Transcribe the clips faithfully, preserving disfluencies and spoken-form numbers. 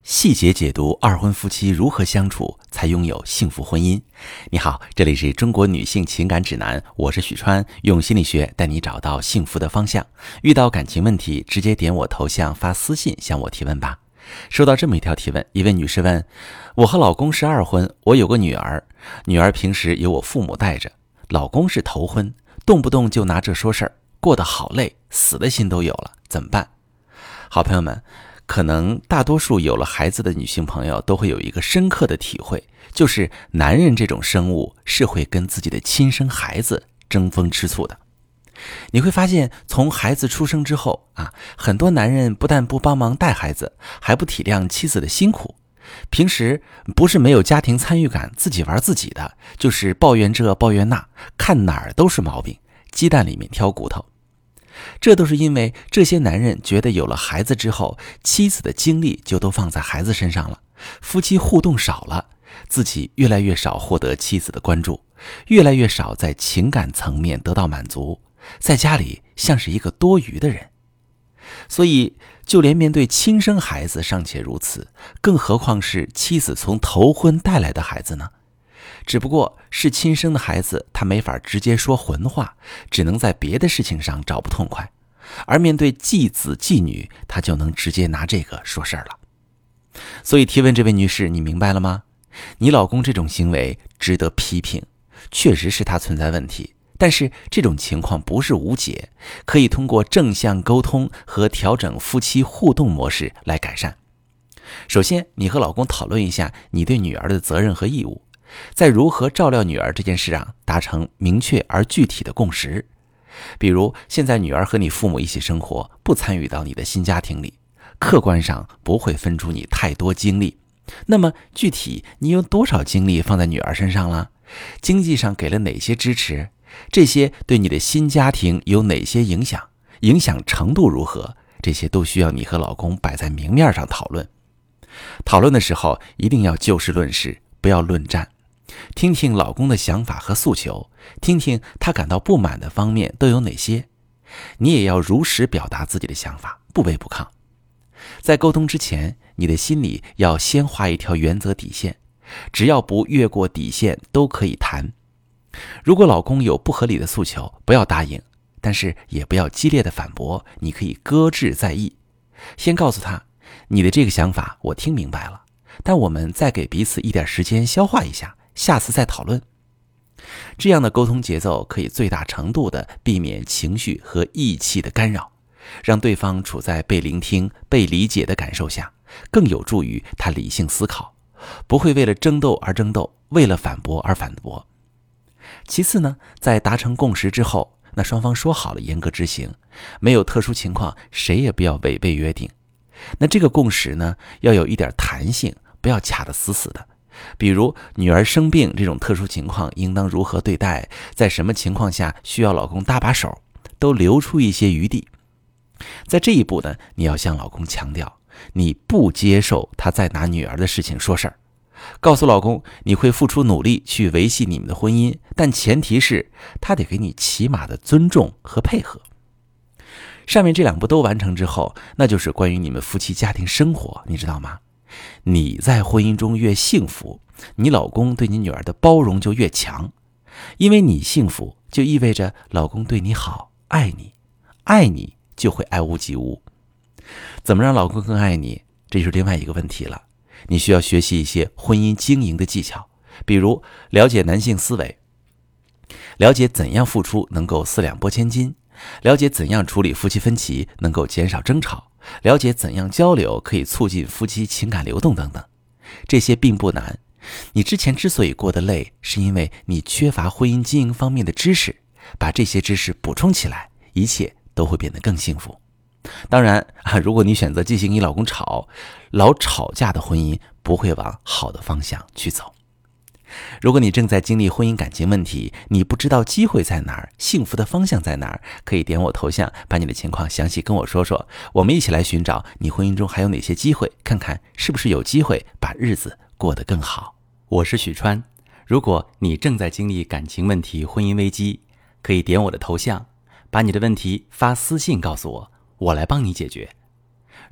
细节解读二婚夫妻如何相处才拥有幸福婚姻。你好，这里是中国女性情感指南，我是许川，用心理学带你找到幸福的方向。遇到感情问题，直接点我头像发私信向我提问吧。收到这么一条提问，一位女士问，我和老公是二婚，我有个女儿，女儿平时由我父母带着，老公是头婚，动不动就拿这说事儿，过得好累，死的心都有了，怎么办？好朋友们，可能大多数有了孩子的女性朋友都会有一个深刻的体会，就是男人这种生物是会跟自己的亲生孩子争风吃醋的。你会发现，从孩子出生之后啊，很多男人不但不帮忙带孩子，还不体谅妻子的辛苦。平时不是没有家庭参与感，自己玩自己的，就是抱怨这抱怨那，看哪儿都是毛病，鸡蛋里面挑骨头。这都是因为这些男人觉得有了孩子之后，妻子的精力就都放在孩子身上了，夫妻互动少了，自己越来越少获得妻子的关注，越来越少在情感层面得到满足，在家里像是一个多余的人。所以就连面对亲生孩子尚且如此，更何况是妻子从头婚带来的孩子呢？只不过是亲生的孩子，他没法直接说混话，只能在别的事情上找不痛快，而面对继子继女，他就能直接拿这个说事儿了。所以提问这位女士，你明白了吗？你老公这种行为值得批评，确实是他存在问题，但是这种情况不是无解，可以通过正向沟通和调整夫妻互动模式来改善。首先，你和老公讨论一下你对女儿的责任和义务，在如何照料女儿这件事上达成明确而具体的共识。比如现在女儿和你父母一起生活，不参与到你的新家庭里，客观上不会分出你太多精力，那么具体你有多少精力放在女儿身上了？经济上给了哪些支持？这些对你的新家庭有哪些影响？影响程度如何？这些都需要你和老公摆在明面上讨论。讨论的时候一定要就事论事，不要论战。听听老公的想法和诉求，听听他感到不满的方面都有哪些。你也要如实表达自己的想法，不卑不亢。在沟通之前，你的心里要先画一条原则底线，只要不越过底线都可以谈。如果老公有不合理的诉求，不要答应，但是也不要激烈的反驳，你可以搁置在意。先告诉他，你的这个想法我听明白了，但我们再给彼此一点时间消化一下，下次再讨论。这样的沟通节奏可以最大程度地避免情绪和意气的干扰，让对方处在被聆听、被理解的感受下，更有助于他理性思考，不会为了争斗而争斗，为了反驳而反驳。其次呢，在达成共识之后，那双方说好了严格执行，没有特殊情况，谁也不要违背约定。那这个共识呢，要有一点弹性，不要卡得死死的。比如女儿生病这种特殊情况应当如何对待，在什么情况下需要老公搭把手，都留出一些余地。在这一步呢，你要向老公强调，你不接受他再拿女儿的事情说事儿，告诉老公你会付出努力去维系你们的婚姻，但前提是他得给你起码的尊重和配合。上面这两步都完成之后，那就是关于你们夫妻家庭生活，你知道吗？你在婚姻中越幸福，你老公对你女儿的包容就越强，因为你幸福就意味着老公对你好，爱你，爱你就会爱屋及乌。怎么让老公更爱你，这就是另外一个问题了。你需要学习一些婚姻经营的技巧，比如了解男性思维，了解怎样付出能够四两拨千斤，了解怎样处理夫妻分歧能够减少争吵，了解怎样交流可以促进夫妻情感流动等等。这些并不难，你之前之所以过得累，是因为你缺乏婚姻经营方面的知识，把这些知识补充起来，一切都会变得更幸福。当然啊，如果你选择继续跟你老公吵，老吵架的婚姻不会往好的方向去走。如果你正在经历婚姻感情问题，你不知道机会在哪儿，幸福的方向在哪儿，可以点我头像，把你的情况详细跟我说说，我们一起来寻找你婚姻中还有哪些机会，看看是不是有机会把日子过得更好。我是许川，如果你正在经历感情问题、婚姻危机，可以点我的头像，把你的问题发私信告诉我，我来帮你解决。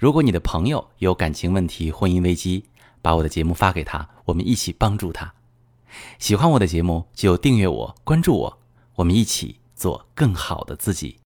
如果你的朋友有感情问题、婚姻危机，把我的节目发给他，我们一起帮助他。喜欢我的节目就订阅我、关注我，我们一起做更好的自己。